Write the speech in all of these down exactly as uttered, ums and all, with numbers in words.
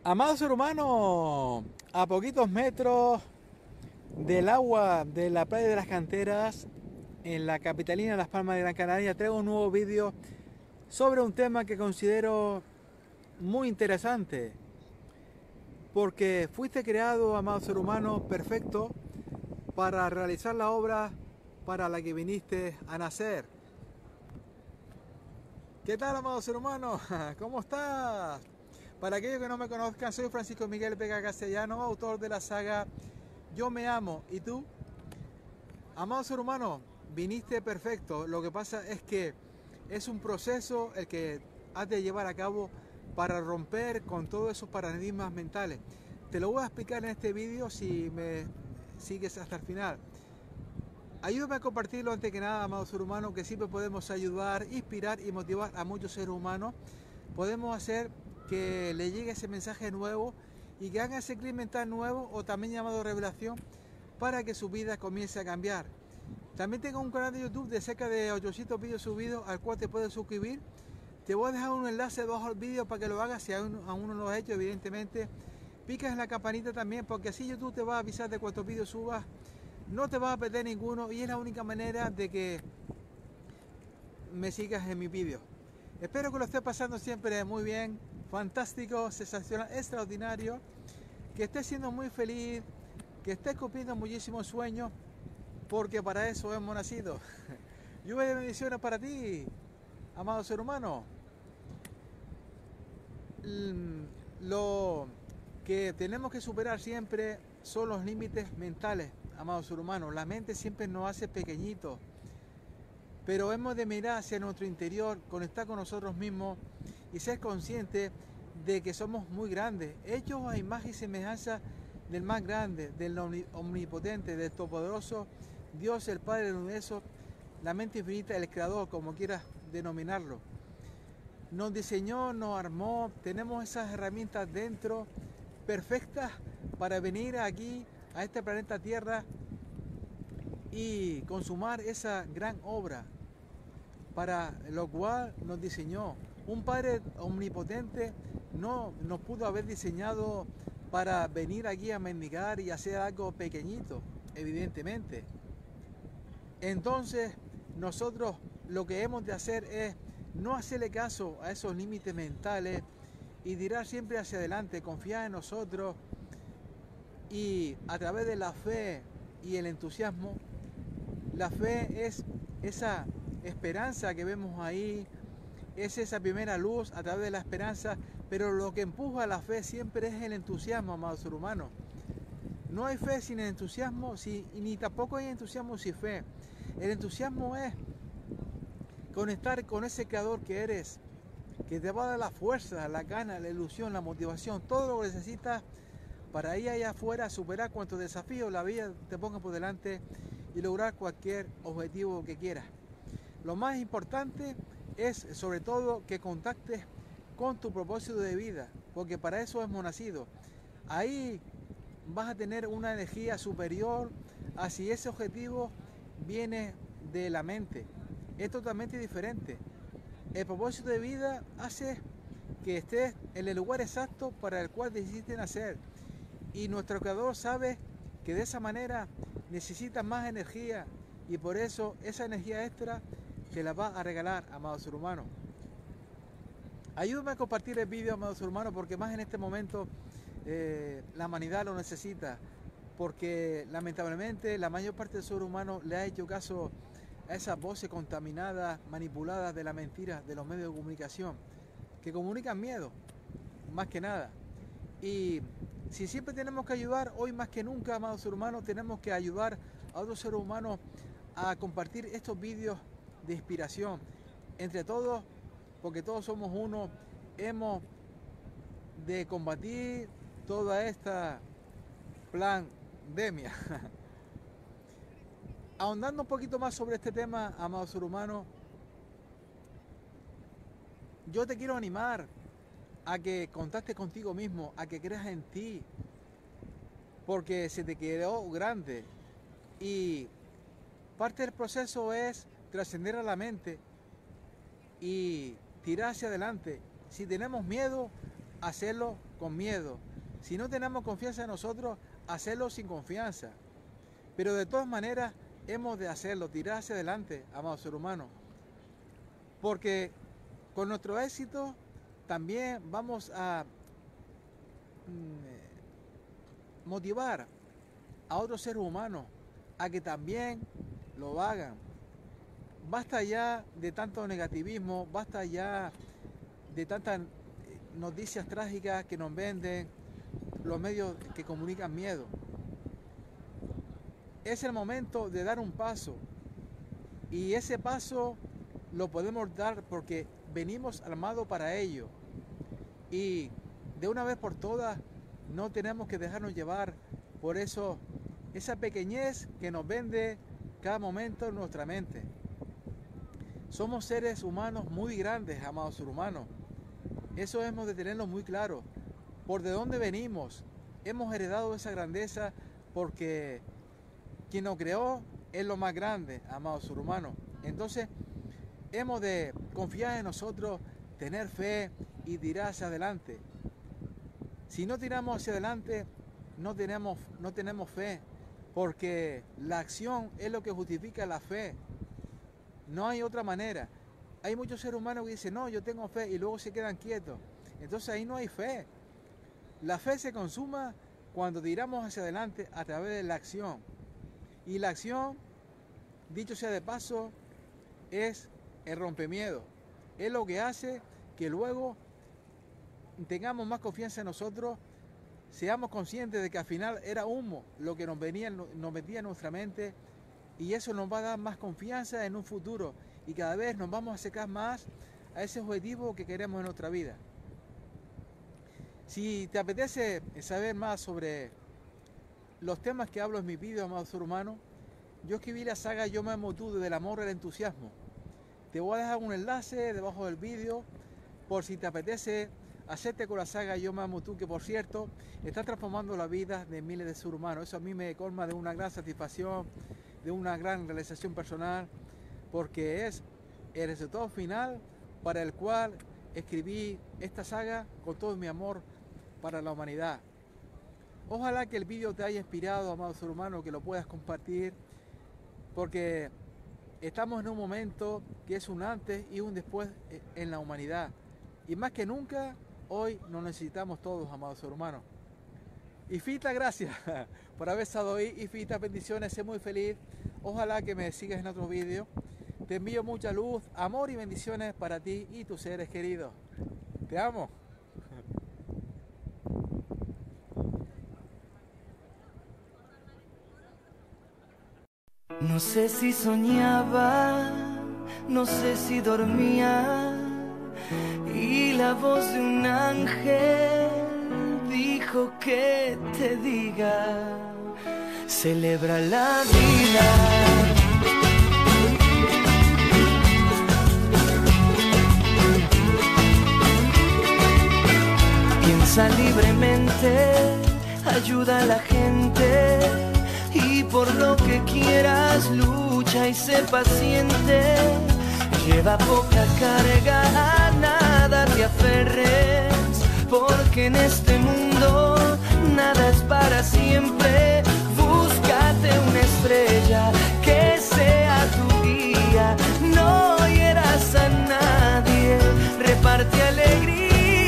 Amado ser humano, a poquitos metros del agua de la playa de las Canteras, en la capitalina de Las Palmas de Gran Canaria, traigo un nuevo vídeo sobre un tema que considero muy interesante, porque fuiste creado, amado ser humano, perfecto para realizar la obra para la que viniste a nacer. ¿Qué tal, amado ser humano? ¿Cómo estás? Para aquellos que no me conozcan, soy Francisco Miguel Vega Castellano, autor de la saga Yo me amo, ¿y tú? Amado ser humano, viniste perfecto. Lo que pasa es que es un proceso el que has de llevar a cabo para romper con todos esos paradigmas mentales. Te lo voy a explicar en este vídeo si me sigues hasta el final. Ayúdame a compartirlo antes que nada, amado ser humano, que siempre podemos ayudar, inspirar y motivar a muchos seres humanos. Podemos hacer que le llegue ese mensaje nuevo y que haga ese clic mental nuevo, o también llamado revelación, para que su vida comience a cambiar. También tengo un canal de YouTube de cerca de ochocientos vídeos subidos al cual te puedes suscribir. Te voy a dejar un enlace debajo del vídeo para que lo hagas si aún, aún no lo has hecho, evidentemente. Picas en la campanita también, porque así YouTube te va a avisar de cuántos vídeos subas. No te vas a perder ninguno y es la única manera de que me sigas en mis vídeos. Espero que lo estés pasando siempre muy bien, fantástico, sensacional, extraordinario, que estés siendo muy feliz, que estés cumpliendo muchísimos sueños, porque para eso hemos nacido. Lluvia de bendiciones para ti, amado ser humano. Lo que tenemos que superar siempre son los límites mentales, amado ser humano. La mente siempre nos hace pequeñitos, pero hemos de mirar hacia nuestro interior, conectar con nosotros mismos y ser conscientes de que somos muy grandes, hechos a imagen y semejanza del más grande, del omnipotente, del todopoderoso, Dios, el Padre del universo, la mente infinita, el creador, como quieras denominarlo. Nos diseñó, nos armó, tenemos esas herramientas dentro, perfectas para venir aquí a este planeta Tierra y consumar esa gran obra para lo cual nos diseñó. Un Padre omnipotente no nos pudo haber diseñado para venir aquí a mendigar y hacer algo pequeñito, evidentemente. Entonces nosotros lo que hemos de hacer es no hacerle caso a esos límites mentales y tirar siempre hacia adelante, confiar en nosotros, y a través de la fe y el entusiasmo. La fe es esa esperanza que vemos ahí, es esa primera luz a través de la esperanza, pero lo que empuja a la fe siempre es el entusiasmo, amado ser humano. No hay fe sin entusiasmo, si, ni tampoco hay entusiasmo sin fe. El entusiasmo es conectar con ese creador que eres, que te va a dar la fuerza, la gana, la ilusión, la motivación, todo lo que necesitas para ir allá afuera, superar cuantos desafíos la vida te ponga por delante y lograr cualquier objetivo que quieras. Lo más importante es sobre todo que contactes con tu propósito de vida, porque para eso hemos nacido. Ahí vas a tener una energía superior a si ese objetivo viene de la mente. Es totalmente diferente. El propósito de vida hace que estés en el lugar exacto para el cual decidiste nacer. Y nuestro creador sabe que de esa manera necesitas más energía, y por eso esa energía extra te la va a regalar, amado ser humano. Ayúdame a compartir el vídeo, amado ser humano, porque más en este momento eh, la humanidad lo necesita, porque lamentablemente la mayor parte del ser humano le ha hecho caso a esas voces contaminadas, manipuladas de la mentira de los medios de comunicación, que comunican miedo, más que nada. Y si siempre tenemos que ayudar, hoy más que nunca, amado ser humano, tenemos que ayudar a otros seres humanos a compartir estos vídeos de inspiración. Entre todos, porque todos somos uno, hemos de combatir toda esta pandemia. Ahondando un poquito más sobre este tema, amado ser humano, yo te quiero animar a que contactes contigo mismo, a que creas en ti, porque se te quedó grande y parte del proceso es trascender a la mente y tirar hacia adelante. Si tenemos miedo hacerlo con miedo. Si no tenemos confianza en nosotros, hacerlo sin confianza. Pero de todas maneras, hemos de hacerlo, tirar hacia adelante, amado ser humano. Porque con nuestro éxito también vamos a mm, motivar a otros seres humanos a que también lo hagan. Basta ya de tanto negativismo, basta ya de tantas noticias trágicas que nos venden los medios que comunican miedo. Es el momento de dar un paso, y ese paso lo podemos dar porque venimos armados para ello, y de una vez por todas no tenemos que dejarnos llevar por eso, esa pequeñez que nos vende cada momento en nuestra mente. Somos seres humanos muy grandes, amados seres humanos. Eso hemos de tenerlo muy claro. Por de dónde venimos, hemos heredado esa grandeza porque quien nos creó es lo más grande, amados seres humanos. Entonces, hemos de confiar en nosotros, tener fe y tirar hacia adelante. Si no tiramos hacia adelante, no tenemos, no tenemos fe, porque la acción es lo que justifica la fe. No hay otra manera. Hay muchos seres humanos que dicen, no, yo tengo fe, y luego se quedan quietos. Entonces ahí no hay fe. La fe se consuma cuando tiramos hacia adelante a través de la acción. Y la acción, dicho sea de paso, es el rompemiedo. Es lo que hace que luego tengamos más confianza en nosotros, seamos conscientes de que al final era humo lo que nos venía, nos metía en nuestra mente, y eso nos va a dar más confianza en un futuro, y cada vez nos vamos a acercar más a ese objetivo que queremos en nuestra vida. Si te apetece saber más sobre los temas que hablo en mis vídeos, amado ser humano, yo escribí la saga Yo me amo tú, del amor al entusiasmo. Te voy a dejar un enlace debajo del vídeo por si te apetece hacerte con la saga Yo me amo tú, que por cierto está transformando la vida de miles de seres humanos. Eso a mí me colma de una gran satisfacción, de una gran realización personal, porque es el resultado final para el cual escribí esta saga con todo mi amor para la humanidad. Ojalá que el vídeo te haya inspirado, amado ser humano, que lo puedas compartir, porque estamos en un momento que es un antes y un después en la humanidad, y más que nunca hoy nos necesitamos todos, amados ser humanos. Infinitas gracias por haber estado ahí, infinitas bendiciones, sé muy feliz. Ojalá que me sigas en otros vídeos. Te envío mucha luz, amor y bendiciones para ti y tus seres queridos. Te amo. No sé si soñaba, no sé si dormía, y la voz de un ángel dijo que te diga, celebra la vida. Piensa libremente, ayuda a la gente, y por lo que quieras lucha y sé paciente. Lleva poca carga, a nada te aferres, porque en este mundo nada es para siempre. Búscate una estrella que sea tu guía, no hieras a nadie, reparte alegría.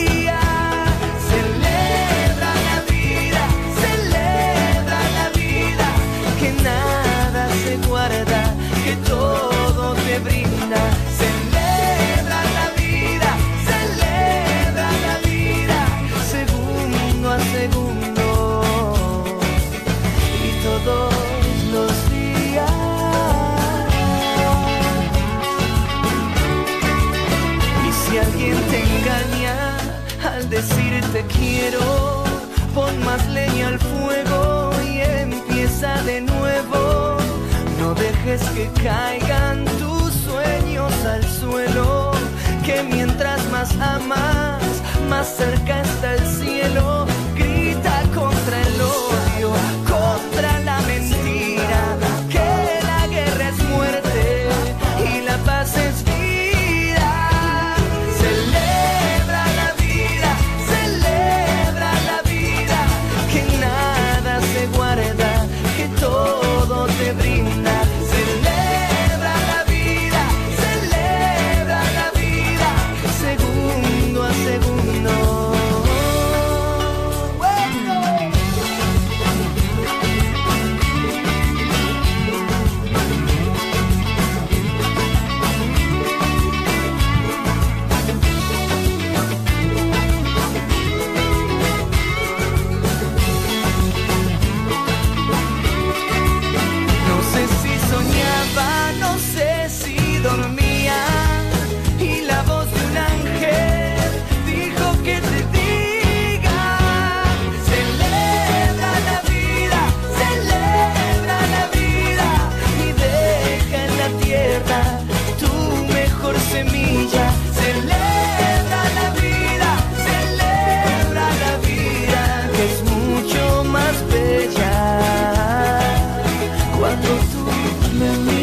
Guarda que todo te brinda. Celebra la vida, celebra la vida, segundo a segundo y todos los días. Y si alguien te engaña al decirte quiero, pon más leña al fuego y empieza de nuevo. No dejes que caigan tus sueños al suelo, que mientras más amas, más cerca está el cielo. Grita contra el odio, contra la mentira, que la guerra es muerte y la paz es vida. Celebra la vida, celebra de mí.